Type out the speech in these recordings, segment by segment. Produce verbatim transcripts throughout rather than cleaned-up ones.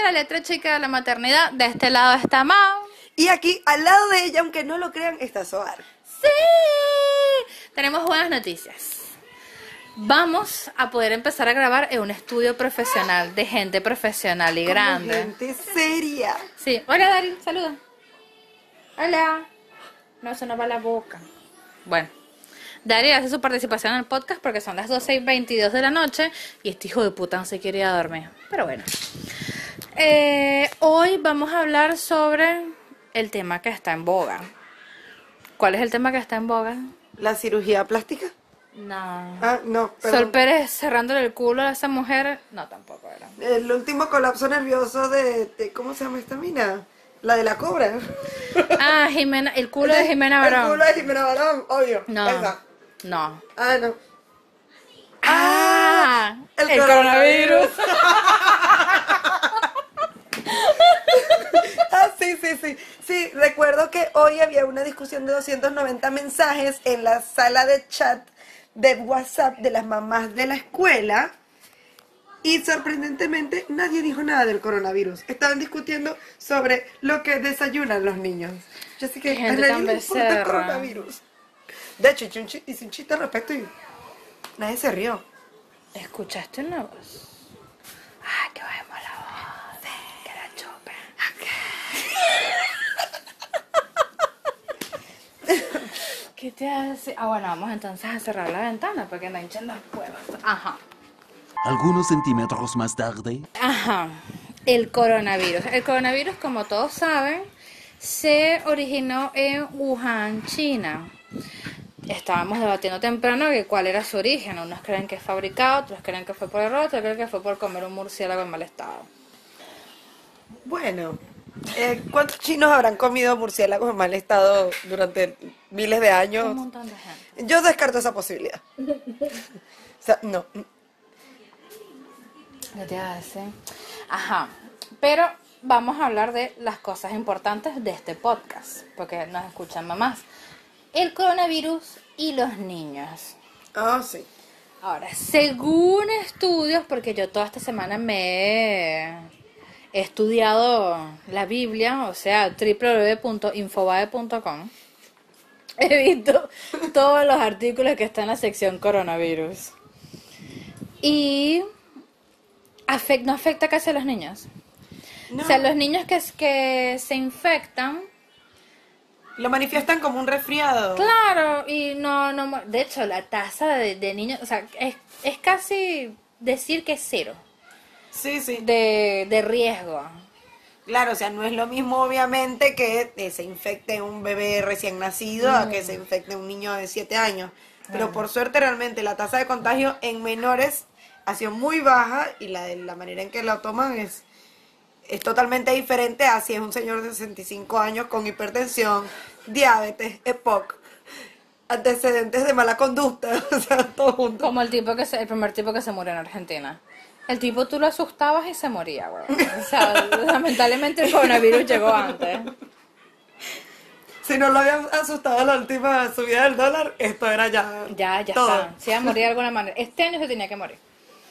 la letra chica de la maternidad. De este lado está Mau. Y aquí, al lado de ella, aunque no lo crean, está Soar. ¡Sí! Tenemos buenas noticias. Vamos a poder empezar a grabar en un estudio profesional, de gente profesional y Como grande. gente seria. Sí. Hola, Dari, saluda. Hola. No, eso no va a la boca. Bueno. Dari hace su participación en el podcast porque son las doce y veintidós de la noche y este hijo de puta no se quiere ir a dormir. Pero bueno. Eh, hoy vamos a hablar sobre el tema que está en boga. ¿Cuál es el tema que está en boga? ¿La cirugía plástica? No. Ah, no, perdón. Sol Pérez cerrándole el culo a esa mujer. No, tampoco era. El último colapso nervioso de, de- ¿cómo se llama esta mina? La de la cobra. Ah, Jimena, el culo de Jimena El Barón. culo de Jimena Barón, obvio. No. Esa. No. Ah, no. Ah, el el, coronavirus. coronavirus. Ah, sí, sí, sí. Sí, recuerdo que hoy había una discusión de doscientos noventa mensajes en la sala de chat de WhatsApp de las mamás de la escuela y sorprendentemente nadie dijo nada del coronavirus. Estaban discutiendo sobre lo que desayunan los niños. Yo sé que Qué a gente nadie tan le importa el becerra. coronavirus. De hecho, hice un chi- hice un chiste al respecto y nadie se rió. ¿Escuchaste una voz? Ay, que bajemos la voz. Que la chupen. ¿Qué te hace? Ah, bueno, vamos entonces a cerrar la ventana porque no hinchen las cuevas. Ajá. Algunos centímetros más tarde. Ajá. El coronavirus. El coronavirus, como todos saben, se originó en Wuhan, China. Estábamos debatiendo temprano que cuál era su origen. Unos creen que es fabricado, otros creen que fue por error, otros creen que fue por comer un murciélago en mal estado. Bueno, eh, ¿cuántos chinos habrán comido murciélagos en mal estado durante miles de años? Un montón de gente. Yo descarto esa posibilidad. O sea, no. ¿Qué te hace? Ajá. Pero vamos a hablar de las cosas importantes de este podcast, porque nos escuchan mamás. El coronavirus y los niños. Ah, sí. Ahora, según estudios, porque yo toda esta semana me he estudiado la Biblia, o sea, doble u doble u doble u punto infobae punto com, he visto todos los artículos que están en la sección coronavirus. Y afect, no afecta casi a los niños. No, O sea, los niños que, que se infectan, lo manifiestan como un resfriado. claro, y no, no, mu- de hecho, la tasa de, de niños, o sea, es, es casi decir que es cero Sí, sí. de, de riesgo. Claro, o sea, no es lo mismo obviamente que eh, se infecte un bebé recién nacido a que se infecte un niño de siete años. Pero por suerte realmente la tasa de contagio en menores ha sido muy baja y la, de la manera en que lo toman es, es totalmente diferente a si es un señor de sesenta y cinco años con hipertensión, diabetes, E P O C, antecedentes de mala conducta, o sea, todo junto. Como el tipo que se, el primer tipo que se murió en Argentina. El tipo tú lo asustabas y se moría, güey. O sea, lamentablemente el coronavirus llegó antes. Si no lo habían asustado la última subida del dólar, esto era ya Ya, ya todo. está. Se iba a morir de alguna manera. Este año se tenía que morir.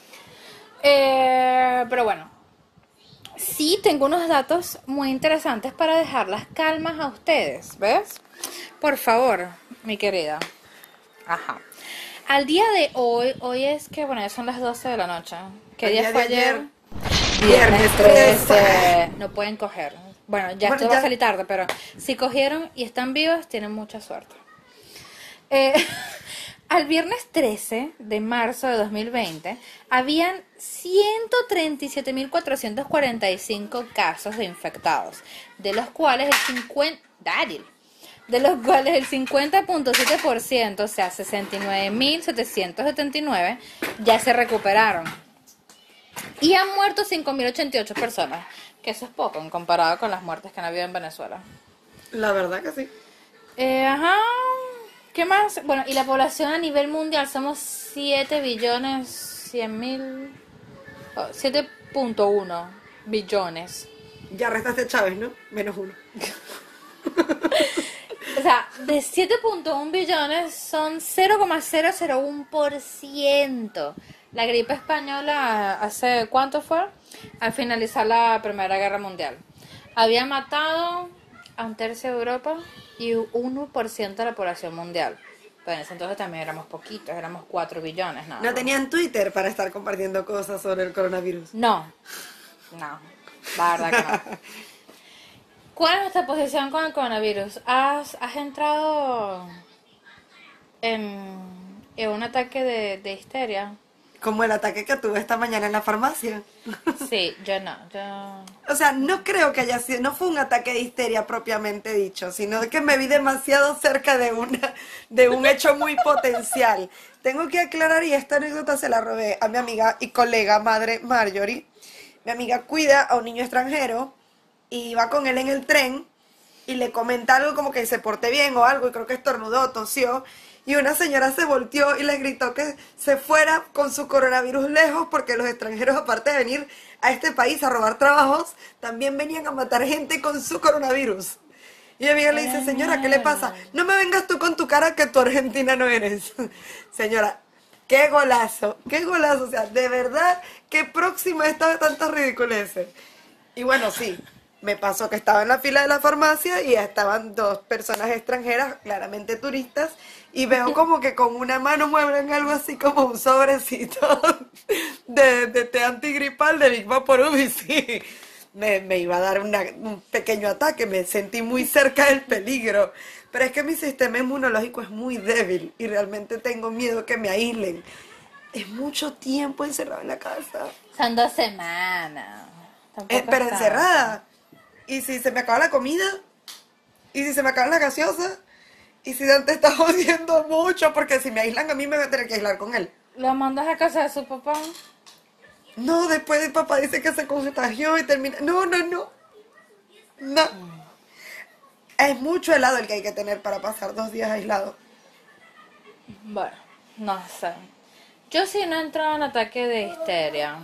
Eh, pero bueno. Sí, tengo unos datos muy interesantes para dejarlas calmas a ustedes. ¿Ves? Por favor, mi querida. Ajá. Al día de hoy, hoy es que, bueno, ya son las doce de la noche. ¿Qué El día día fue de ayer? ayer. Viernes trece. No pueden coger. Bueno, ya Bueno, esto va ya- a salir tarde, pero si cogieron y están vivos, tienen mucha suerte. Eh, al viernes trece de marzo de dos mil veinte, habían ciento treinta y siete mil cuatrocientos cuarenta y cinco casos de infectados, de los cuales el cincuenta... Daryl. De los cuales el cincuenta punto siete por ciento, o sea, sesenta y nueve mil setecientos setenta y nueve, ya se recuperaron. Y han muerto cinco mil ochenta y ocho personas, que eso es poco en comparado con las muertes que han habido en Venezuela. La verdad que sí. Eh, ajá, ¿qué más? Bueno, y la población a nivel mundial somos siete billones cien mil... oh, siete punto uno billones. Ya restaste a Chávez, ¿no? Menos uno. O sea, de siete punto uno billones son cero coma cero cero uno por ciento La gripe española, ¿hace cuánto fue? Al finalizar la Primera Guerra Mundial. Había matado a un tercio de Europa y uno por ciento de la población mundial. Pero en ese entonces también éramos poquitos, éramos cuatro billones, nada No más. tenían Twitter para estar compartiendo cosas sobre el coronavirus. No, no, la verdad que no. ¿Cuál es nuestra posición con el coronavirus? ¿Has, has entrado en, en un ataque de, de histeria? Como el ataque que tuve esta mañana en la farmacia. Sí, yo no, yo... O sea, no creo que haya sido, no fue un ataque de histeria propiamente dicho, sino que me vi demasiado cerca de una, de un hecho muy potencial. Tengo que aclarar, y esta anécdota se la robé a mi amiga y colega madre Marjorie. Mi amiga cuida a un niño extranjero y va con él en el tren y le comenta algo como que se porte bien o algo, y creo que estornudó, tosió. Y una señora se volteó y le gritó que se fuera con su coronavirus lejos, porque los extranjeros, aparte de venir a este país a robar trabajos, también venían a matar gente con su coronavirus. Y mi amiga le dice, señora, ¿qué le pasa? No me vengas tú con tu cara que tú argentina no eres. Señora, qué golazo, qué golazo. O sea, de verdad, qué próxima estaba de tantas ridiculeces. Y bueno, sí, me pasó que estaba en la fila de la farmacia y estaban dos personas extranjeras, claramente turistas, y veo como que con una mano mueven algo así como un sobrecito de, de té antigripal de Big Vaporub, y sí, me, me iba a dar una, un pequeño ataque, me sentí muy cerca del peligro. Pero es que mi sistema inmunológico es muy débil y realmente tengo miedo que me aíslen. Es mucho tiempo encerrado en la casa. Son dos semanas. Tampoco Eh, pero es encerrada. ¿Y si se me acaba la comida? ¿Y si se me acaba la gaseosa? ¿Y si Dante está jodiendo mucho? Porque si me aíslan a mí me voy a tener que aislar con él. ¿Lo mandas a casa de su papá? No, después el papá dice que se contagió y termina... No, no, no. No. Es mucho helado el que hay que tener para pasar dos días aislado. Bueno, no sé. Yo sí no he entrado en ataque de histeria.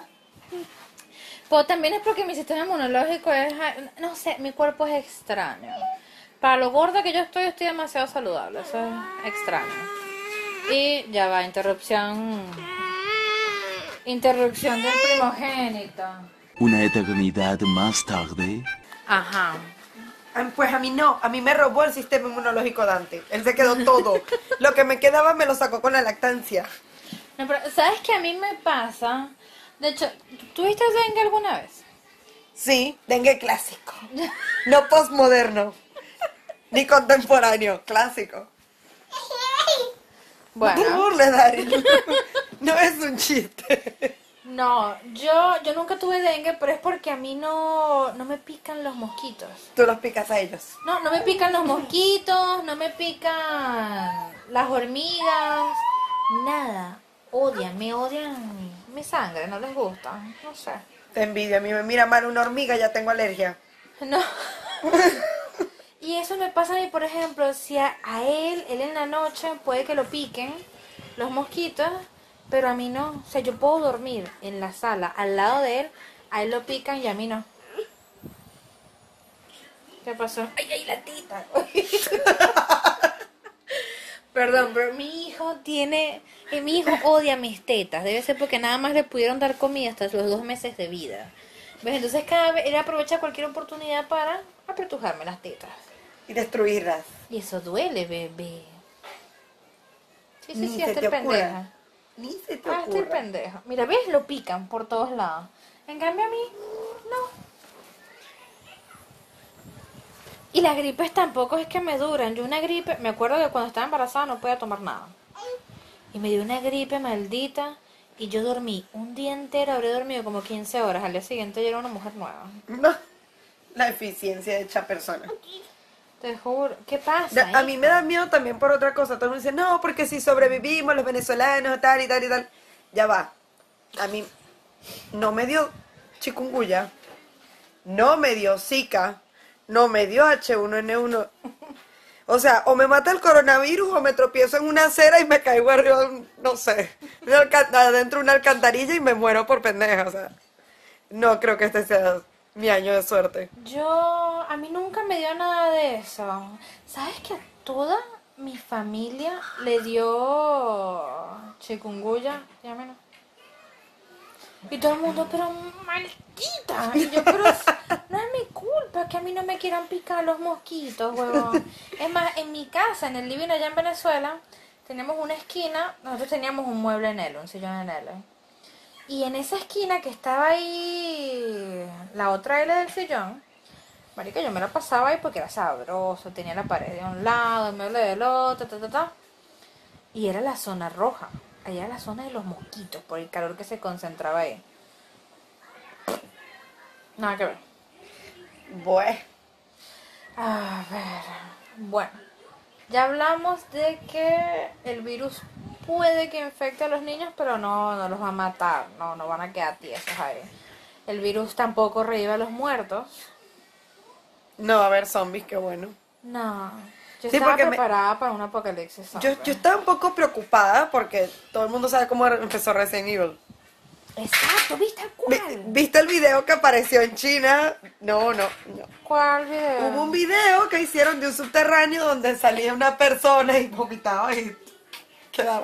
Pero también es porque mi sistema inmunológico es... No sé, mi cuerpo es extraño. Para lo gorda que yo estoy, estoy demasiado saludable. Eso es extraño. Y ya va, interrupción... Interrupción del primogénito. Una eternidad más tarde. Ajá. Ah, pues a mí no, a mí me robó el sistema inmunológico Dante. Él se quedó todo. Lo que me quedaba me lo sacó con la lactancia. No, pero ¿sabes qué a mí me pasa? De hecho, ¿tuviste dengue alguna vez? Sí, dengue clásico. No postmoderno. Ni contemporáneo, clásico. No te Bueno, burles, Daryl. No es un chiste. no, yo, yo nunca tuve dengue, pero es porque a mí no, no me pican los mosquitos. Tú los picas a ellos. No, no me pican los mosquitos, no me pican las hormigas, nada. Odian, me odian mi sangre, no les gusta, no sé. Te envidia, a mí me mira mal una hormiga, ya tengo alergia. No. Y eso me pasa a mí, por ejemplo, si a, a él, él en la noche puede que lo piquen los mosquitos, pero a mí no. O sea, yo puedo dormir en la sala al lado de él, a él lo pican y a mí no. ¿Qué pasó? ¡Ay, ay, la tita! Perdón, pero mi hijo tiene... eh, mi hijo odia mis tetas. Debe ser porque nada más le pudieron dar comida hasta los dos meses de vida. ¿Ves? Entonces cada vez él aprovecha cualquier oportunidad para apretujarme las tetas. Y destruirlas. Y eso duele, bebé. Sí, sí, Ni sí, se estoy te ocurra. pendeja. Ni se te Ah, estoy ocurra. pendeja. Mira, ¿ves? Lo pican por todos lados. En cambio a mí, no. Y las gripes tampoco es que me duran. Yo una gripe, me acuerdo que cuando estaba embarazada no podía tomar nada. Y me dio una gripe maldita y yo dormí un día entero, habré dormido como quince horas. Al día siguiente yo era una mujer nueva. No. La eficiencia hecha persona. Te juro. ¿Qué pasa? Da- A mí hija? me da miedo también por otra cosa. Todo el mundo dice, no, porque si sobrevivimos los venezolanos, tal y tal y tal. Ya va. A mí no me dio chikungunya, no me dio Zika, no me dio H uno N uno. O sea, o me mata el coronavirus o me tropiezo en una acera y me caigo arriba, de un- no sé, una alca- adentro de una alcantarilla y me muero por pendeja. O sea, no creo que este sea mi año de suerte. Yo, a mí nunca me dio nada de eso. ¿Sabes que a toda mi familia le dio chikungunya? Llámelo. Y todo el mundo, pero maldita. Y yo, pero es- no es mi culpa que a mí no me quieran picar los mosquitos, huevón. Es más, en mi casa, en el living allá en Venezuela, teníamos una esquina, nosotros teníamos un mueble en él, un sillón en él. Y en esa esquina que estaba ahí, la otra L del sillón, marica, yo me la pasaba ahí porque era sabroso, tenía la pared de un lado, el mueble del otro, ta, ta, ta. Y era la zona roja. Allá era la zona de los mosquitos, por el calor que se concentraba ahí. Nada que ver. Bueno, A ver. Bueno, ya hablamos de que el virus puede que infecte a los niños, pero no, no los va a matar. No, no van a quedar tiesos ahí. El virus tampoco revive a los muertos. no va a haber zombies, qué bueno. No. Yo Sí, estaba porque me- preparada para un apocalipsis zombie. Yo, yo estaba un poco preocupada porque todo el mundo sabe cómo empezó Resident Evil. Exacto, ¿viste Vi- cuál? ¿Viste el video que apareció en China? No, no, no. ¿Cuál video? Hubo un video que hicieron de un subterráneo donde salía una persona y vomitaba y quedaba.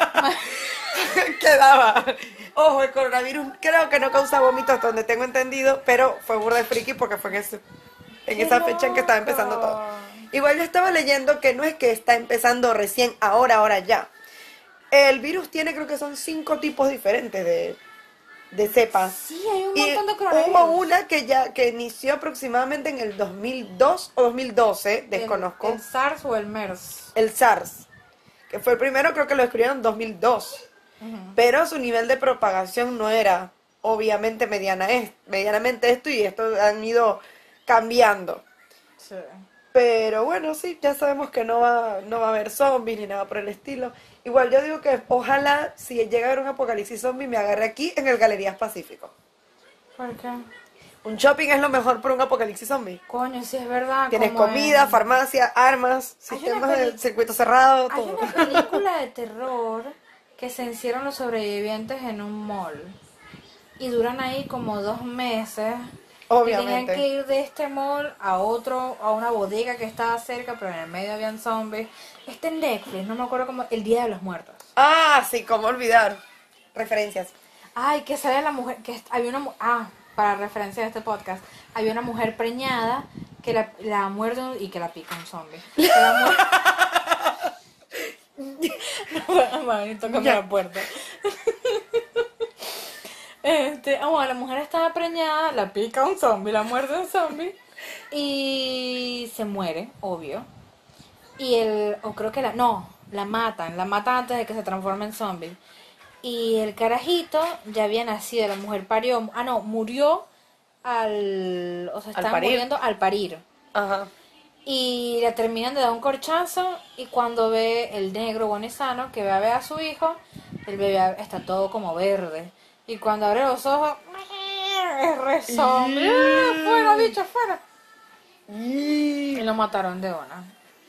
quedaba. Ojo, el coronavirus creo que no causa vómitos hasta donde tengo entendido, pero fue burda de friki porque fue en, ese- en ¡Qué esa fecha en que estaba empezando loco! todo. Igual yo estaba leyendo que no es que está empezando recién ahora, ahora ya. El virus tiene, creo que son cinco tipos diferentes de, de cepas. Sí, hay un Y montón de coronavirus. hubo una que ya que inició aproximadamente en el dos mil dos o dos mil doce, El- desconozco, El, SARS o el MERS. el SARS, que fue el primero, creo que lo descubrieron en dos mil dos, Ujú. pero su nivel de propagación no era obviamente mediana es, medianamente esto y esto han ido cambiando. Sí. Pero bueno, sí, ya sabemos que no va, no va a haber zombies ni nada por el estilo. Igual yo digo que ojalá si llega a haber un apocalipsis zombie me agarre aquí en el Galerías Pacífico. ¿Por qué? Un shopping es lo mejor para un apocalipsis zombie. Coño, sí es verdad. Tienes como comida, en- farmacia, armas, Hay sistemas una peli- de circuito cerrado, Hay todo. una película de terror que se encierran los sobrevivientes en un mall. Y duran ahí como dos meses. Obviamente. Y tenían que ir de este mall a otro, a una bodega que estaba cerca, pero en el medio habían zombies. Este en Netflix, no me acuerdo cómo, El Día de los Muertos. Ah, sí, cómo olvidar. Referencias. Ay, que sale la mujer, que est- había una mu- ah, para referencia de este podcast, había una mujer preñada que la, la muerde un- y que la pica un zombie. Que la muerde. No, mami, tócame Ya. la puerta. Este, ah, bueno, la mujer estaba preñada, la pica un zombie, la muerde un zombie y se muere, obvio. Y el, o creo que la, no, la matan, la matan antes de que se transforme en zombie. Y el carajito ya había nacido, la mujer parió, ah no, murió al, o sea, Al estaba parir. muriendo al parir. Ajá. Y le terminan de dar un corchazo y cuando ve el negro bonizano que va a ver a su hijo, el bebé está todo como verde. Y cuando abre los ojos, es re zombie. ¡Ah, fuera, bicho, fuera! Y lo mataron de una.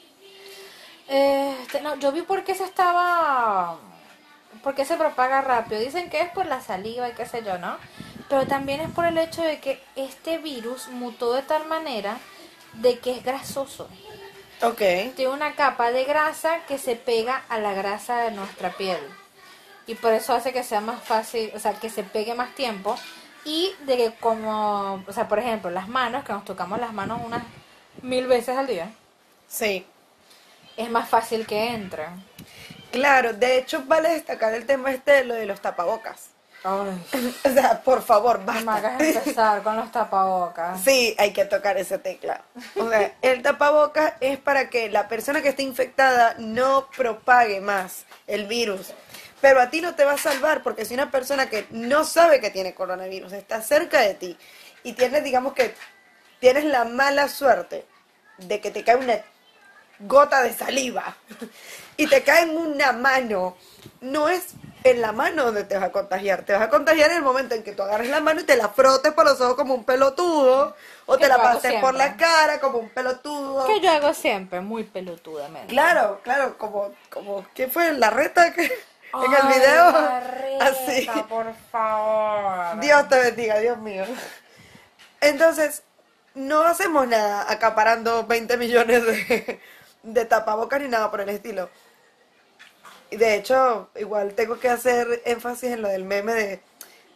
Este, no, yo vi por qué se estaba... por qué se propaga rápido. Dicen que es por la saliva y qué sé yo, ¿no? Pero también es por el hecho de que este virus mutó de tal manera de que es grasoso. Ok. Tiene una capa de grasa que se pega a la grasa de nuestra piel. Y por eso hace que sea más fácil, o sea, que se pegue más tiempo. Y de que como, o sea, por ejemplo, las manos, que nos tocamos las manos unas mil veces al día, Sí. es más fácil que entre. Claro, de hecho vale destacar el tema este de lo de los tapabocas. Ay, O sea, por favor, no me basta. hagas empezar con los tapabocas. Sí, hay que tocar ese tecla. O sea, el tapabocas es para que la persona que esté infectada no propague más el virus. Pero a ti no te va a salvar porque si una persona que no sabe que tiene coronavirus está cerca de ti y tienes, digamos que tienes la mala suerte de que te cae una gota de saliva y te cae en una mano, no es en la mano donde te vas a contagiar, te vas a contagiar en el momento en que tú agarres la mano y te la frotes por los ojos como un pelotudo o Que te la yo hago pases por siempre. la cara como un pelotudo. Que yo hago siempre, muy pelotudamente. Claro, claro, como, como, ¿qué fue? La reta que en el Ay, video, la reta, así. por favor. Dios te bendiga, Dios mío. Entonces, no hacemos nada acaparando veinte millones de, de tapabocas ni nada por el estilo. Y de hecho, igual tengo que hacer énfasis en lo del meme de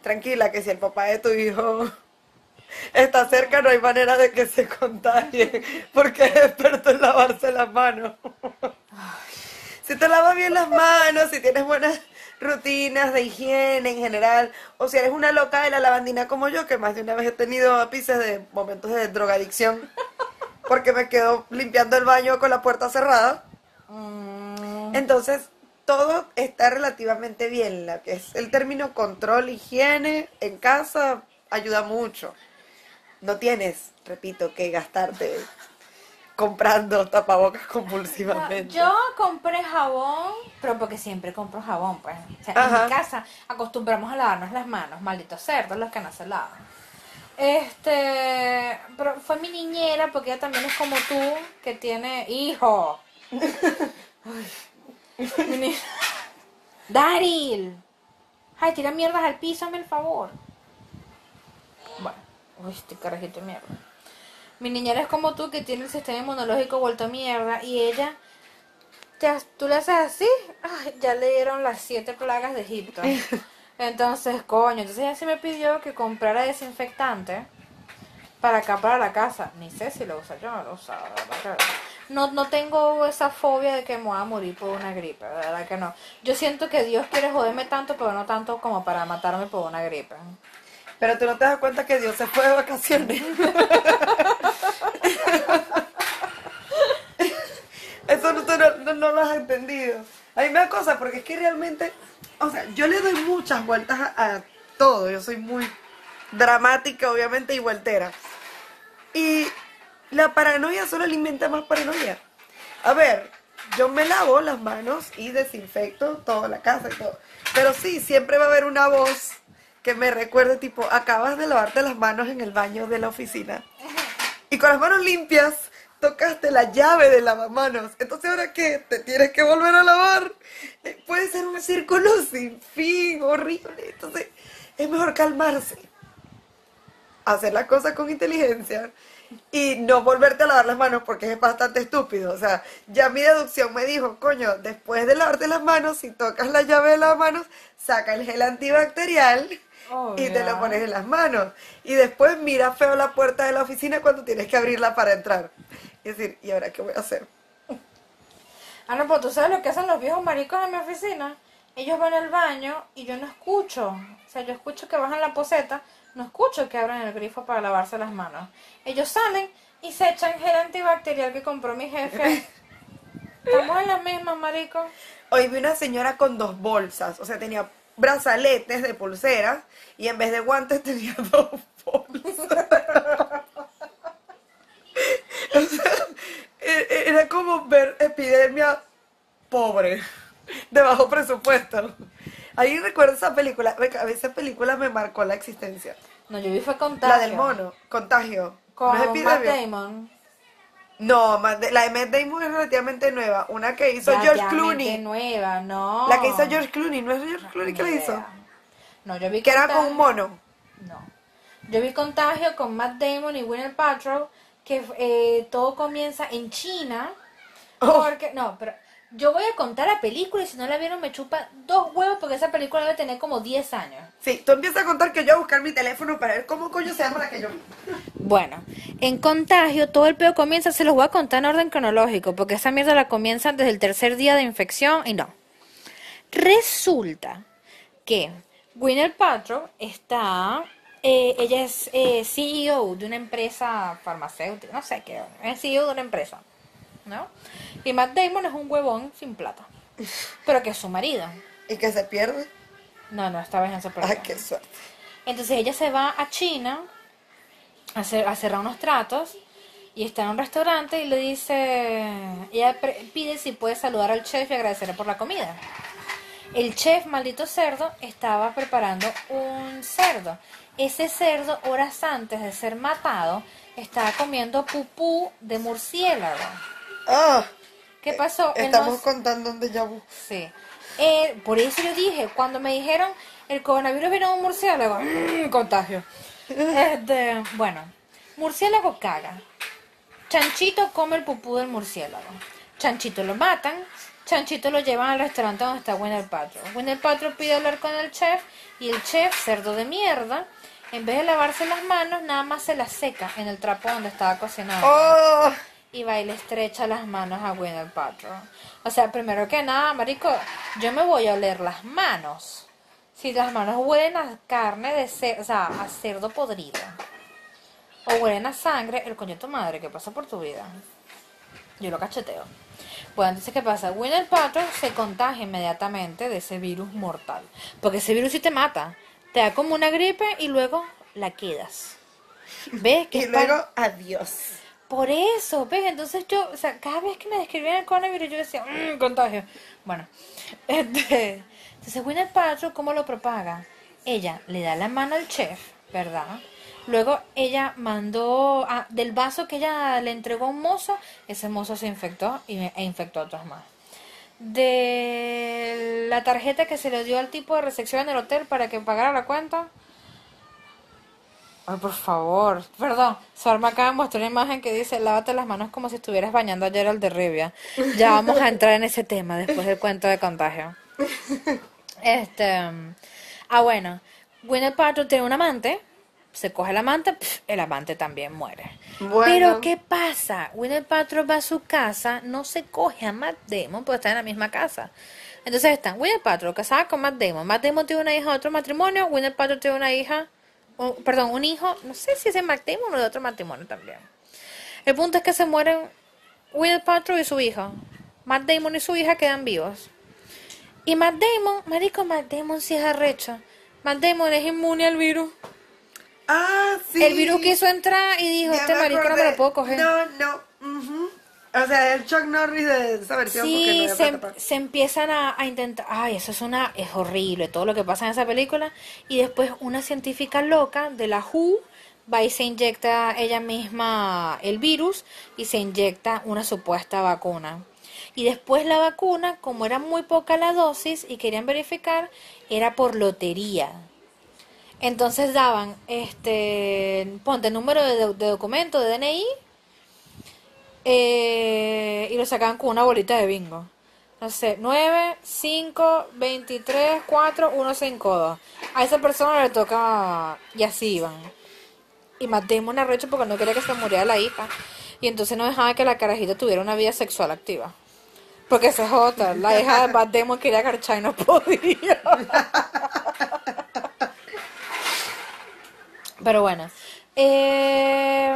tranquila, que si el papá de tu hijo está cerca, no hay manera de que se contagie, porque es experto en lavarse las manos. Si te lavas bien las manos, si tienes buenas rutinas de higiene en general, o si eres una loca de la lavandina como yo, que más de una vez he tenido ápices de momentos de drogadicción, porque me quedo limpiando el baño con la puerta cerrada. Mm, Entonces, todo está relativamente bien. La que es el término control, higiene en casa ayuda mucho. No tienes, repito, que gastarte comprando tapabocas compulsivamente. yo compré jabón, pero porque siempre compro jabón, pues. O sea, en Ajá. mi casa acostumbramos a lavarnos las manos, malditos cerdos los que no se lavan. Este, pero fue mi niñera, porque ella también es como tú, que tiene hijo. Ay, mi ni- Daryl. Ay, tira mierdas al piso, hazme el favor. Bueno, uy, este carajito de mierda. Mi niñera es como tú, que tiene el sistema inmunológico vuelto a mierda, y ella, te, ha- tú le haces así, ay, ya le dieron las siete plagas de Egipto. Entonces, coño, entonces ella sí me pidió que comprara desinfectante para acá, para la casa. Ni sé si lo usa, yo no lo usaba, de verdad que no. No tengo esa fobia de que me voy a morir por una gripe, de verdad que no. Yo siento que Dios quiere joderme tanto, pero no tanto como para matarme por una gripe. Pero tú no te das cuenta que Dios se fue de vacaciones. Eso no, tú no, no- no lo has entendido. A mí me da cosa porque es que realmente, o sea, yo le doy muchas vueltas a, a todo. Yo soy muy dramática, obviamente, y vueltera. Y la paranoia solo alimenta más paranoia. A ver, yo me lavo las manos y desinfecto toda la casa y todo. Pero sí, siempre va a haber una voz que me recuerde, tipo, acabas de lavarte las manos en el baño de la oficina. Y con las manos limpias tocaste la llave de lavamanos. Entonces, ¿ahora qué? ¿Te tienes que volver a lavar? Eh, Puede ser un círculo sin fin, horrible. Entonces, es mejor calmarse, hacer las cosas con inteligencia y no volverte a lavar las manos porque es bastante estúpido. O sea, ya mi deducción me dijo, coño, después de lavarte las manos, si tocas la llave de las manos, saca el gel antibacterial Oh, y te ya. lo pones en las manos. Y después mira feo la puerta de la oficina cuando tienes que abrirla para entrar. Y decir, ¿y ahora qué voy a hacer? Ah, no, pues tú sabes lo que hacen los viejos maricos en mi oficina. Ellos van al baño y yo no escucho. O sea, yo escucho que bajan la poseta, no escucho que abran el grifo para lavarse las manos. Ellos salen y se echan gel antibacterial que compró mi jefe. Estamos en la misma, marico. Hoy vi una señora con dos bolsas, o sea, tenía brazaletes de pulseras y en vez de guantes tenía dos bolsas. O sea, e- e- era como ver epidemia pobre, de bajo presupuesto. Ahí recuerdo esa película, a esa película me marcó la existencia. No, yo vi fue Contagio. La del mono, Contagio. Con ¿No es Matt epidemia? Damon. No, Matt Da- la de Matt Damon es relativamente nueva. Una que hizo George Relativamente Clooney. nueva, no. La que hizo George Clooney, ¿no es George Clooney que la Ni hizo? idea. No, yo vi Que era con Contagio. un mono. No. Yo vi Contagio con Matt Damon y Gwyneth Paltrow, que eh, todo comienza en China. Oh. Porque, no, pero yo voy a contar la película y si no la vieron me chupa dos huevos porque esa película debe tener como diez años. Sí, tú empiezas a contar que yo voy a buscar mi teléfono para ver cómo coño se llama la que yo vi. Bueno, en Contagio todo el pedo comienza, se los voy a contar en orden cronológico, porque esa mierda la comienzan desde el tercer día de infección y no. Resulta que Gwyneth Paltrow está, eh, ella es eh, C E O de una empresa farmacéutica, no sé qué, es C E O de una empresa, ¿no? Y Matt Damon es un huevón sin plata, pero que es su marido. Y que se pierde. No, no, esta vez no se perdió. Ay, qué suerte. Entonces ella se va a China a, hacer, a cerrar unos tratos y está en un restaurante y le dice, ella pre- pide si puede saludar al chef y agradecerle por la comida. El chef, maldito cerdo, estaba preparando un cerdo. Ese cerdo, horas antes de ser matado, estaba comiendo pupú de murciélago. Ah, ¿Qué pasó? Él estamos no- contando un déjà vu. Sí. Eh, por eso yo dije, cuando me dijeron el coronavirus vino de un murciélago, ¡mmm! Contagio. Este, bueno, murciélago caga. Chanchito come el pupú del murciélago. Chanchito lo matan Chanchito lo llevan al restaurante donde está Gwyneth Paltrow. Gwyneth Paltrow pide hablar con el chef y el chef, cerdo de mierda, en vez de lavarse las manos, nada más se las seca en el trapo donde estaba cocinando. ¡Oh! Y va y le estrecha las manos a Gwyneth Paltrow. O sea, primero que nada, marico, yo me voy a oler las manos. Si las manos huelen a carne de cerdo, o sea, a cerdo podrido, o huelen a sangre, el coño de tu madre, ¿qué pasa por tu vida? Yo lo cacheteo. Bueno, entonces, ¿qué pasa? Gwyneth Paltrow se contagia inmediatamente de ese virus mortal. Porque ese virus sí te mata. Te da como una gripe y luego la quedas. ¿Ves? Que Y es luego, pa- adiós. Por eso, ¿ves? Entonces yo, o sea, cada vez que me describían el coronavirus, yo decía, mmm, contagio. Bueno, este, entonces Gwyneth Paltrow, ¿cómo lo propaga? Ella le da la mano al chef, ¿verdad? Luego ella mandó, ah, del vaso que ella le entregó a un mozo, ese mozo se infectó y, e infectó a otros más. De la tarjeta que se le dio al tipo de recepción en el hotel para que pagara la cuenta. Ay, por favor. Perdón, Suarma acaba de mostrar una imagen que dice, lávate las manos como si estuvieras bañando ayer al de Rivia. Ya vamos a entrar en ese tema después del cuento de contagio. Este, ah, bueno, Gwyneth Paltrow tiene un amante, se coge el amante, pf, el amante también muere. Bueno. Pero ¿qué pasa? Gwyneth Paltrow va a su casa, no se coge a Matt Damon porque está en la misma casa. Entonces están Gwyneth Paltrow casada con Matt Damon. Matt Damon tiene una hija de otro matrimonio, Gwyneth Paltrow tiene una hija, un- perdón, un hijo, no sé si es de Matt Damon o de otro matrimonio también. El punto es que se mueren Gwyneth Paltrow y su hija. Matt Damon y su hija quedan vivos. Y Matt Damon, marico, Matt Damon sí es arrecho. Matt Damon es inmune al virus. Ah, sí. El virus quiso entrar y dijo, Ya este me marico no me acordé. lo puedo coger. No, no. ujú. O sea, el Chuck Norris de esa versión. porque no Sí, había se, plata para- se empiezan a, a intentar, ay, eso es una, es horrible todo lo que pasa en esa película. Y después una científica loca de la W H O va y se inyecta ella misma el virus y se inyecta una supuesta vacuna. Y después la vacuna, como era muy poca la dosis y querían verificar, era por lotería. Entonces daban, este, ponte número de, do- de documento de D N I, eh, y lo sacaban con una bolita de bingo. No sé, nueve, cinco, veintitrés, cuatro, uno, cinco, dos. A esa persona le toca, y así iban. Y Matt Damon arrecho porque no quería que se muriera la hija. Y entonces no dejaba que la carajita tuviera una vida sexual activa. Porque esa es otra. La hija de Matt Damon quería garchar y no podía. Pero bueno. Eh,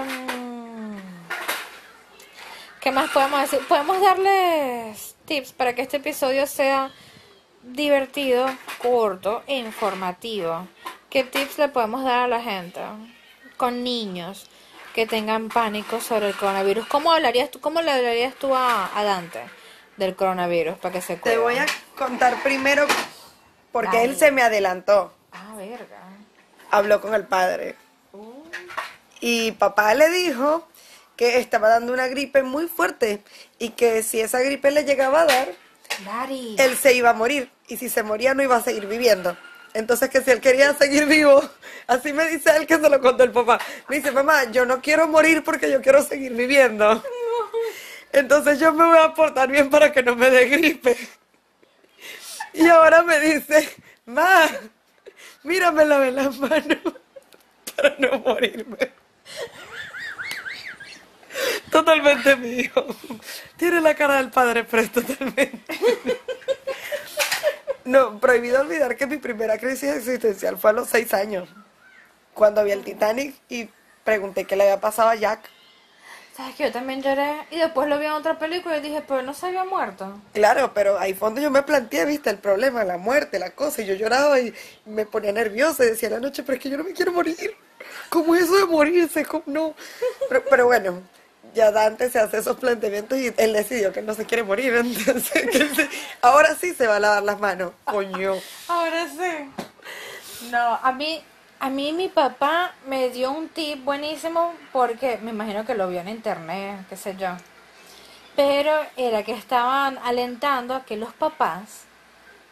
¿Qué más podemos decir? Podemos darles tips para que este episodio sea divertido, corto e informativo. ¿Qué tips le podemos dar a la gente? Con niños que tengan pánico sobre el coronavirus. ¿Cómo hablarías tú, cómo le hablarías tú a, a Dante del coronavirus para que se cuide? Te voy a contar primero porque Dale. él se me adelantó. Ah, verga. Habló con el padre. Y papá le dijo que estaba dando una gripe muy fuerte y que si esa gripe le llegaba a dar, Dari. él se iba a morir. Y si se moría no iba a seguir viviendo. Entonces que si él quería seguir vivo, así me dice él que se lo contó el papá. Me dice, mamá, yo no quiero morir porque yo quiero seguir viviendo. Entonces yo me voy a portar bien para que no me dé gripe. Y ahora me dice, ma, mírame lavé las manos para no morirme. Totalmente mi hijo. Tiene la cara del padre Fred totalmente. No, prohibido olvidar que mi primera crisis existencial fue a los seis años. Cuando vi el Titanic y pregunté qué le había pasado a Jack. ¿Sabes que yo también lloré? Y después lo vi en otra película y dije, pero no se había muerto. Claro, pero ahí fue donde yo me planteé, viste, el problema, la muerte, la cosa. Y yo lloraba y me ponía nerviosa y decía a la noche, pero es que yo no me quiero morir. ¿Cómo es eso de morirse? ¿Cómo no? Pero, pero bueno, ya Dante se hace esos planteamientos y él decidió que no se quiere morir. Entonces, que él se- ahora sí se va a lavar las manos. Coño. Ahora sí. No, a mí, a mí mi papá me dio un tip buenísimo porque me imagino que lo vio en internet, qué sé yo. Pero era que estaban alentando a que los papás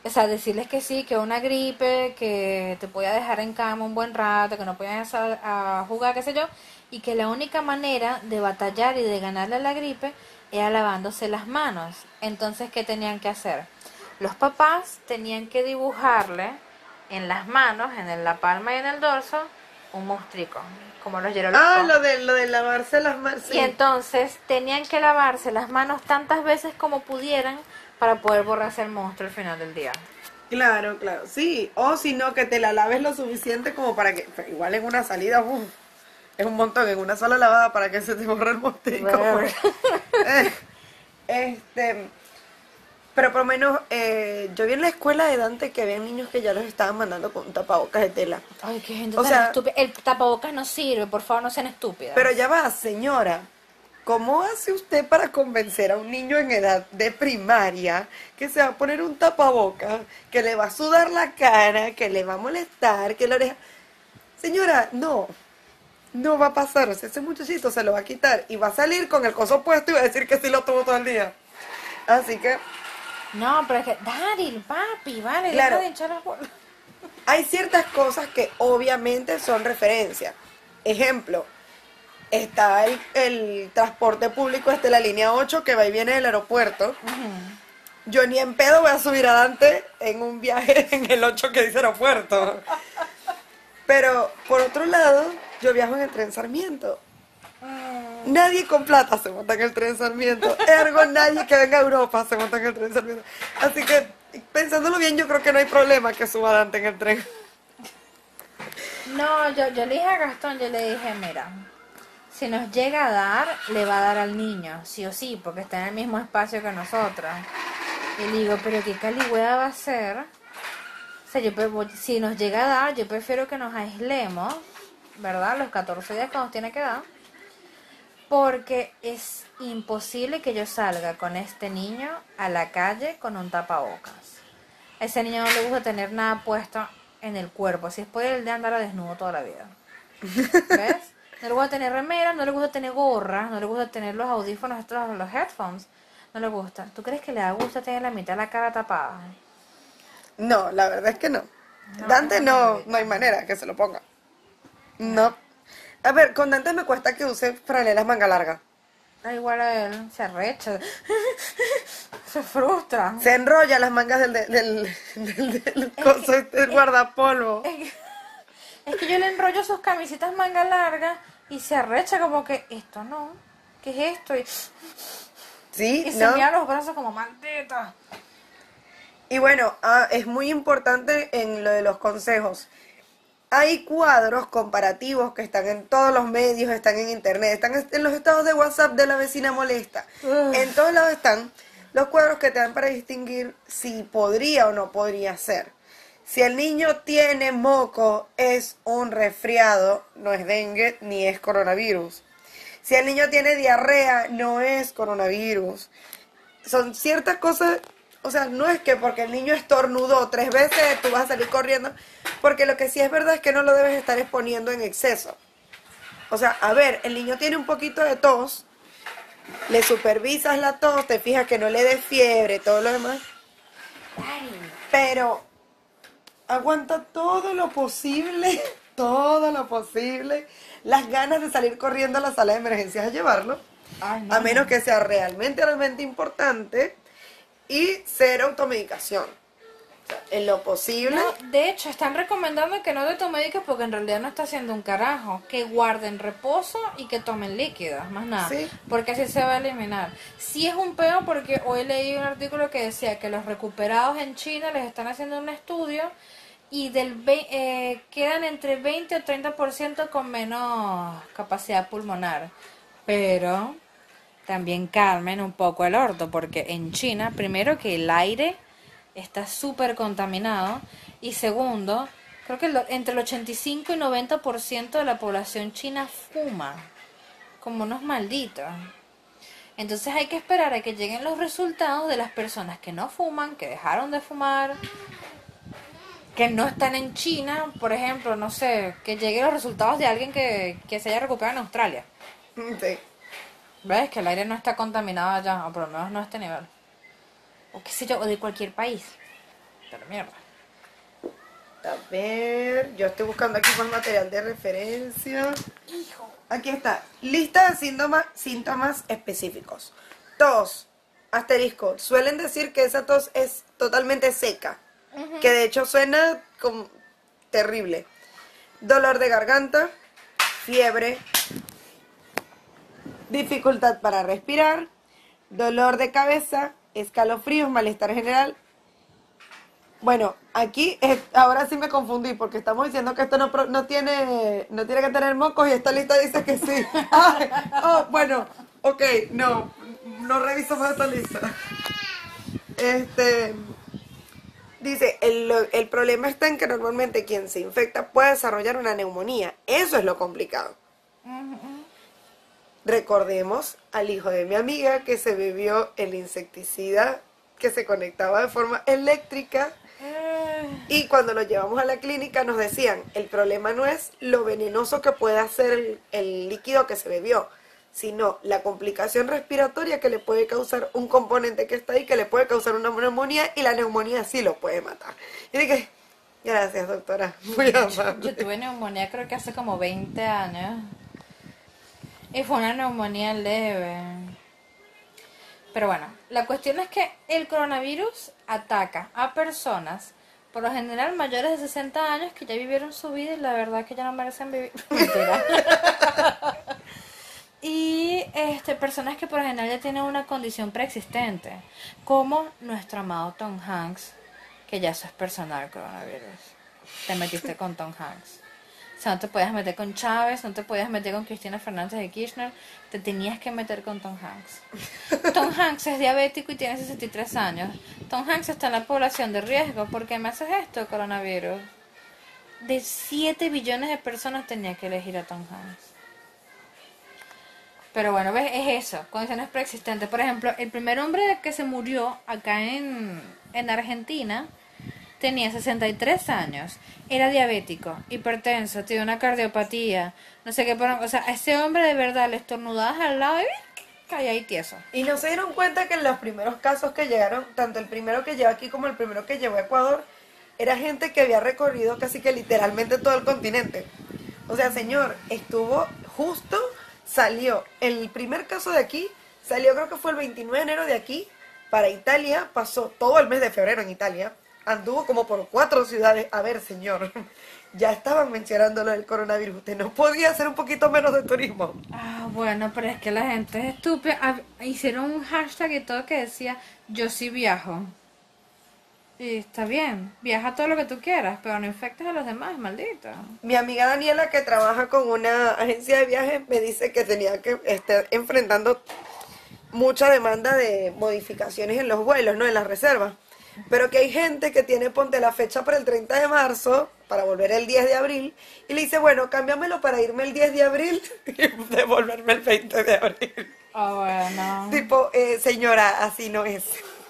O sea, decirles que sí, que una gripe, que te podía dejar en cama un buen rato, que no podías a, a jugar, qué sé yo, y que la única manera de batallar y de ganarle a la gripe era lavándose las manos. Entonces, ¿qué tenían que hacer? Los papás tenían que dibujarle en las manos, en la palma y en el dorso, un mostrico, como los Ah, yerolocos. lo de, lo de lavarse las manos. Y entonces tenían que lavarse las manos tantas veces como pudieran para poder borrarse el monstruo al final del día. Claro, claro, sí. O si no, que te la laves lo suficiente como para que, pero igual en una salida, uf, es un montón, en una sola lavada para que se te borre el mostico. Eh, este, pero por lo menos, eh, yo vi en la escuela de Dante que había niños que ya los estaban mandando con tapabocas de tela. Ay, qué gente O tan sea, estúpida. El tapabocas no sirve, por favor, no sean estúpidas. pero ya va, señora. ¿Cómo hace usted para convencer a un niño en edad de primaria que se va a poner un tapaboca, que le va a sudar la cara, que le va a molestar, que la oreja... Señora, no, no va a pasar. O sea, ese muchachito se lo va a quitar y va a salir con el coso puesto y va a decir que sí lo tuvo todo el día. Así que No, pero es que, Daryl, papi, vale, Claro. deja de hinchar las bolas. hay ciertas cosas que obviamente son referencia. Ejemplo, está el, el transporte público, este, la línea ocho que va y viene del aeropuerto. Yo ni en pedo voy a subir a Dante en un viaje en el ocho que dice aeropuerto. Pero, por otro lado, yo viajo en el tren Sarmiento. Nadie con plata se monta en el tren Sarmiento. Ergo, nadie que venga a Europa se monta en el tren Sarmiento. Así que, pensándolo bien, yo creo que no hay problema que suba a Dante en el tren. No, yo, yo le dije a Gastón, yo le dije, mira, si nos llega a dar, le va a dar al niño, sí o sí, porque está en el mismo espacio que nosotros. Y le digo, pero qué caligüeda va a ser. O sea, yo, pre- si nos llega a dar, yo prefiero que nos aislemos, ¿verdad? Los catorce días que nos tiene que dar. Porque es imposible que yo salga con este niño a la calle con un tapabocas. A ese niño no le gusta tener nada puesto en el cuerpo. Si es por el de andar a desnudo toda la vida. ¿Ves? No le gusta tener remera, no le gusta tener gorra, no le gusta tener los audífonos, estos, los headphones. No le gusta. ¿Tú crees que le da gusto tener la mitad de la cara tapada? No, la verdad es que no. No, Dante no, no, no. no hay manera que se lo ponga. No. A ver, con Dante me cuesta que use franelas manga larga. Da igual a él, se arrecha, se frustra. Se enrolla las mangas del, del, del, del, del coso, este, del guardapolvo. Es que yo le enrollo sus camisitas manga larga y se arrecha como que, esto no, ¿qué es esto? Y, Sí, y se ¿no? mira los brazos como maldita. Y bueno, ah, es muy importante en lo de los consejos. Hay cuadros comparativos que están en todos los medios, están en internet, están en los estados de WhatsApp de la vecina molesta. Ugh. En todos lados están los cuadros que te dan para distinguir si podría o no podría ser. Si el niño tiene moco, es un resfriado, no es dengue ni es coronavirus. Si el niño tiene diarrea, no es coronavirus. Son ciertas cosas, o sea, no es que porque el niño estornudó tres veces tú vas a salir corriendo, porque lo que sí es verdad es que no lo debes estar exponiendo en exceso. O sea, a ver, el niño tiene un poquito de tos, le supervisas la tos, te fijas que no le dé fiebre, todo lo demás, pero aguanta todo lo posible, todo lo posible, las ganas de salir corriendo a la sala de emergencias a llevarlo. Ay, no, A menos no. que sea realmente, realmente importante. Y cero automedicación. O sea, en lo posible. No, de hecho, están recomendando que no te tomen líquidos porque en realidad no está haciendo un carajo. Que guarden reposo y que tomen líquidos, más nada. Sí. Porque así se va a eliminar. Sí es un peo porque hoy leí un artículo que decía que los recuperados en China les están haciendo un estudio y del ve- eh, quedan entre veinte o treinta por ciento con menos capacidad pulmonar. Pero también calmen un poco el orto porque en China, primero que el aire está súper contaminado y segundo, creo que lo- entre el ochenta y cinco y noventa por ciento de la población china fuma como unos malditos. Entonces hay que esperar a que lleguen los resultados de las personas que no fuman, que dejaron de fumar, que no están en China, por ejemplo, no sé, que lleguen los resultados de alguien que, que se haya recuperado en Australia. Sí. ¿Ves? Que el aire no está contaminado allá, o por lo menos no a este nivel. O qué sé yo, o de cualquier país. Pero mierda. A ver, yo estoy buscando aquí más material de referencia. Aquí está. Lista de síntomas, síntomas específicos. Tos, asterisco. Suelen decir que esa tos es totalmente seca. Que de hecho suena como terrible. Dolor de garganta, fiebre, dificultad para respirar, dolor de cabeza, escalofríos, malestar general. Bueno, aquí es- ahora sí me confundí porque estamos diciendo que esto no, pro- no tiene no tiene que tener mocos y esta lista dice que sí. Ay, oh, bueno, ok, no, no reviso más esta lista. Este, dice, el, el problema está en que normalmente quien se infecta puede desarrollar una neumonía. Eso es lo complicado. Recordemos al hijo de mi amiga que se bebió el insecticida que se conectaba de forma eléctrica y cuando lo llevamos a la clínica nos decían, el problema no es lo venenoso que puede hacer el, el líquido que se bebió, sino la complicación respiratoria que le puede causar un componente que está ahí, que le puede causar una neumonía y la neumonía sí lo puede matar. Y dije, gracias doctora, muy amable. Yo tuve neumonía creo que hace como veinte años. Y fue una neumonía leve. Pero bueno, la cuestión es que el coronavirus ataca a personas, por lo general mayores de sesenta años, que ya vivieron su vida y la verdad que ya no merecen vivir. Mentira. Y este, personas que por lo general ya tienen una condición preexistente, como nuestro amado Tom Hanks, que ya eso es personal coronavirus. Te metiste con Tom Hanks. O sea, no te podías meter con Chávez, no te podías meter con Cristina Fernández de Kirchner, te tenías que meter con Tom Hanks. Tom Hanks es diabético y tiene sesenta y tres años. Tom Hanks está en la población de riesgo. ¿Por qué me haces esto, coronavirus? De siete billones de personas tenía que elegir a Tom Hanks. Pero bueno, ves, es eso, condiciones preexistentes. Por ejemplo, el primer hombre que se murió acá en, en Argentina tenía sesenta y tres años, era diabético, hipertenso, tiene una cardiopatía, no sé qué, pero, o sea, a ese hombre de verdad le estornudabas al lado y caía ahí tieso. Y no se dieron cuenta que en los primeros casos que llegaron, tanto el primero que llegó aquí como el primero que llegó a Ecuador, era gente que había recorrido casi que literalmente todo el continente. O sea, señor, estuvo justo, salió, el primer caso de aquí, salió creo que fue el veintinueve de enero de aquí, para Italia, pasó todo el mes de febrero en Italia, anduvo como por cuatro ciudades. A ver, señor, ya estaban mencionando lo del coronavirus, usted no podía hacer un poquito menos de turismo. Ah, bueno, pero es que la gente es estúpida. Ah, hicieron un hashtag y todo que decía, yo sí viajo. Y está bien, viaja todo lo que tú quieras, pero no infectes a los demás, maldito. Mi amiga Daniela, que trabaja con una agencia de viajes, me dice que tenía que estar enfrentando mucha demanda de modificaciones en los vuelos, ¿no? En las reservas. Pero que hay gente que tiene, ponte la fecha para el treinta de marzo, para volver el diez de abril, y le dice, bueno, cámbiamelo para irme el diez de abril y devolverme el veinte de abril. Ah, bueno. Tipo, eh, señora, así no es.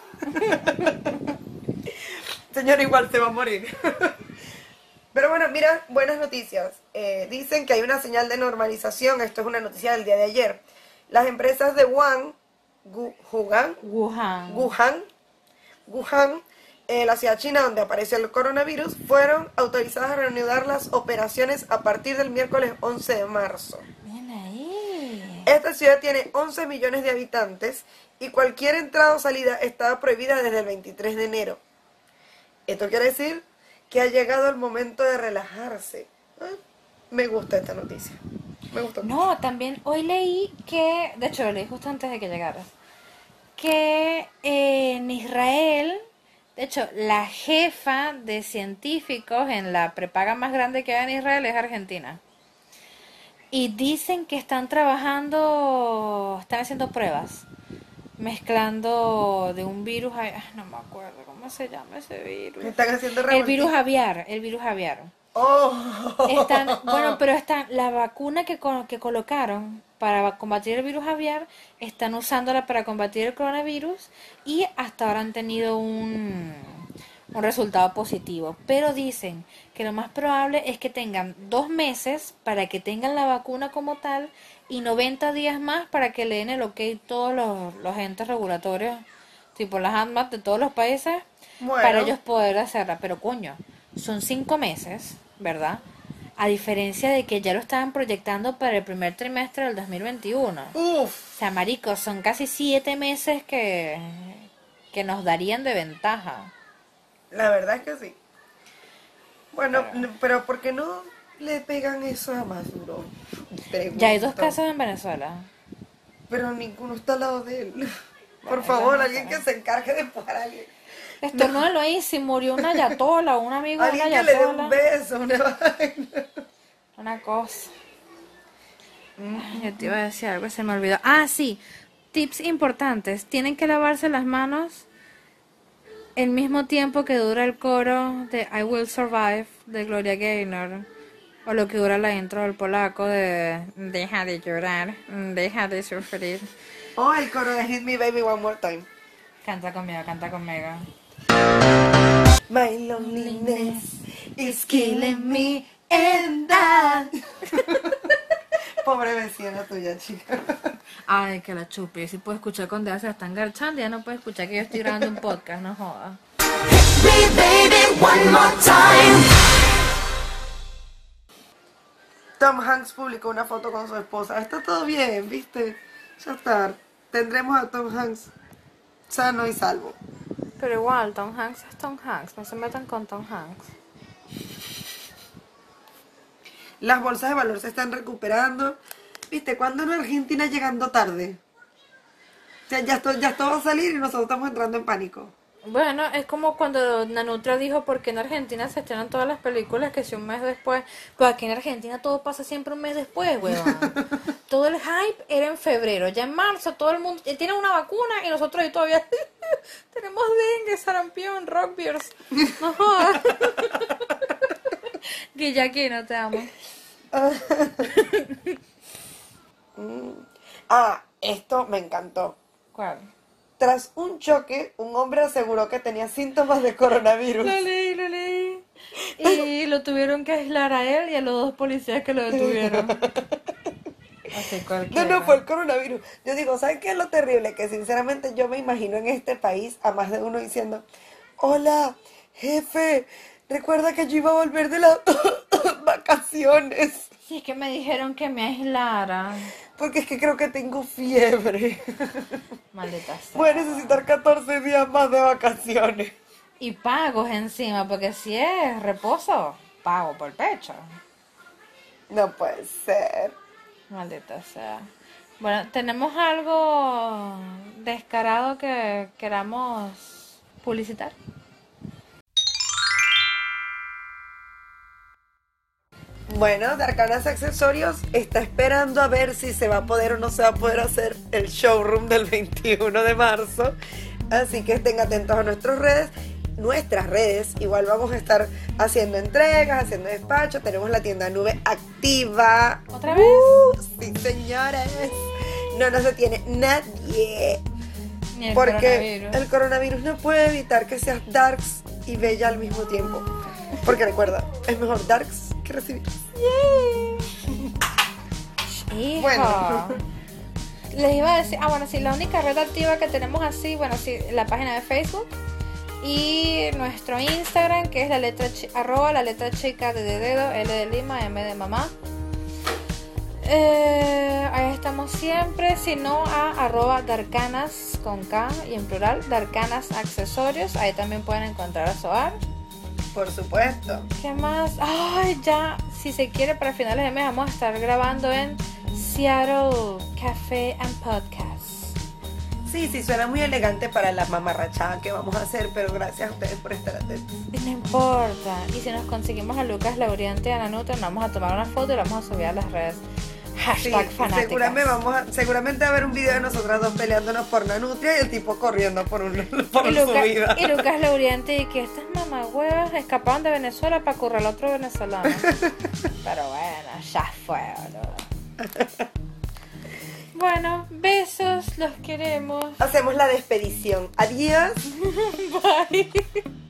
Señora, igual se va a morir. Pero bueno, mira, buenas noticias. Eh, dicen que hay una señal de normalización. Esto es una noticia del día de ayer. Las empresas de Wuhan, Gu- Wuhan, Wuhan. Wuhan, Wuhan, eh, la ciudad china donde apareció el coronavirus, fueron autorizadas a reanudar las operaciones a partir del miércoles once de marzo. Bien ahí. Esta ciudad tiene once millones de habitantes y cualquier entrada o salida estaba prohibida desde el veintitrés de enero. Esto quiere decir que ha llegado el momento de relajarse. Ah, me gusta esta noticia. Me gustó. No, también hoy leí que, de hecho lo leí justo antes de que llegaras, que eh, en Israel, de hecho la jefa de científicos en la prepaga más grande que hay en Israel es Argentina. Y dicen que están trabajando, están haciendo pruebas, mezclando de un virus, ay, no me acuerdo cómo se llama ese virus. Están haciendo El revoltijo. virus aviar, el virus aviar. Oh. Están, bueno, pero están, la vacuna que, co- que colocaron para combatir el virus aviar, están usándola para combatir el coronavirus y hasta ahora han tenido un, un resultado positivo. Pero dicen que lo más probable es que tengan dos meses para que tengan la vacuna como tal y noventa días más para que le den el ok todos los, los entes regulatorios, tipo las ANMAT de todos los países, Bueno. para ellos poder hacerla. Pero coño, son cinco meses, ¿verdad? A diferencia de que ya lo estaban proyectando para el primer trimestre del dos mil veintiuno. Uf. O sea, maricos, son casi siete meses que, que nos darían de ventaja. La verdad es que sí. Bueno, Pero- n- pero ¿por qué no le pegan eso a Maduro? Pregunto. Ya hay dos casos en Venezuela. Pero ninguno está al lado de él. Por Bueno, favor, bueno, alguien que pero- se encargue de parar a alguien. Estornúdalo ahí, si murió una ayatola, un amigo de una Alguien que le dé un ayatola. beso, una vaina. Una cosa. Ay, yo te iba a decir algo, se me olvidó. Ah, sí. Tips importantes. Tienen que lavarse las manos el mismo tiempo que dura el coro de I Will Survive de Gloria Gaynor. O lo que dura la intro del polaco de Deja de llorar, deja de sufrir. Oh, el coro de Hit Me Baby One More Time. Canta conmigo, canta conmigo. My loneliness is killing me and I. Pobre vecina tuya, chica. Ay, que la chupi. Si puedo escuchar cuando ya se la están garchando, ya no puedo escuchar que yo estoy grabando un podcast, no jodas. Me baby one more time. Tom Hanks publicó una foto con su esposa. Está todo bien, ¿viste? Ya está. Tendremos a Tom Hanks sano y salvo. Pero igual, Tom Hanks es Tom Hanks. No se metan con Tom Hanks. Las bolsas de valor se están recuperando. ¿Viste? ¿Cuándo en Argentina llegando tarde? O sea, ya esto, ya esto va a salir y nosotros estamos entrando en pánico. Bueno, es como cuando Nanutra dijo por qué en Argentina se estrenan todas las películas que si un mes después. Pues aquí en Argentina todo pasa siempre un mes después, weón. Todo el hype era en febrero. Ya en marzo todo el mundo ya tiene una vacuna y nosotros ahí todavía tenemos dengue, sarampión, rockbeers. No jodas. Guillaqui, no te amo. Ah, esto me encantó. ¿Cuál? Tras un choque, un hombre aseguró que tenía síntomas de coronavirus. Lo leí, lo leí. Y lo tuvieron que aislar a él y a los dos policías que lo detuvieron. Así No, cualquiera. no, fue el coronavirus. Yo digo, ¿sabes qué es lo terrible? Que sinceramente yo me imagino en este país a más de uno diciendo, hola, jefe, recuerda que yo iba a volver de las vacaciones. Sí, es que me dijeron que me aislara. Porque es que creo que tengo fiebre. Maldita sea. Voy a necesitar catorce días más de vacaciones. Y pagos encima, porque si es reposo, pago por pecho. No puede ser. Maldita sea. Bueno, ¿tenemos algo descarado que queramos publicitar? Bueno, de Arcanas Accesorios está esperando a ver si se va a poder o no se va a poder hacer el showroom del veintiuno de marzo. Así que estén atentos a nuestras redes. Nuestras redes, igual vamos a estar haciendo entregas, haciendo despacho. Tenemos la tienda nube activa. ¿Otra vez? Uh, sí, señores. No nos detiene nadie. Ni el Porque coronavirus. el coronavirus no puede evitar que seas darks y bella al mismo tiempo. Porque recuerda, es mejor darks que recibir. Hijo. Bueno. Les iba a decir, ah, bueno, sí, la única red activa que tenemos así, bueno, sí, la página de Facebook y nuestro Instagram, que es la letra chi- arroba la letra chica de dedo, L de Lima, M de mamá. Eh, ahí estamos siempre, si no a arroba darcanas con K y en plural, darcanas accesorios, ahí también pueden encontrar a Soar. Por supuesto. ¿Qué más? Ay, ya, si se quiere, para finales de mes vamos a estar grabando en Seattle Café and Podcast. Sí, sí, suena muy elegante para la mamarrachada que vamos a hacer, pero gracias a ustedes por estar atentos. No importa. Y si nos conseguimos a Lucas Lauriente y a Nanutra, nos vamos a tomar una foto y la vamos a subir a las redes. Sí, Hashtag y fanáticas. seguramente, vamos a, seguramente va a haber un video de nosotras dos peleándonos por Nanutria y el tipo corriendo por, un, por y, su Lucas, vida. y Lucas Lauriente y que estas mamagüevas escaparon de Venezuela para correr al otro venezolano. Pero bueno, ya fue, boludo. Bueno, besos, los queremos. Hacemos la despedición. Adiós. Bye.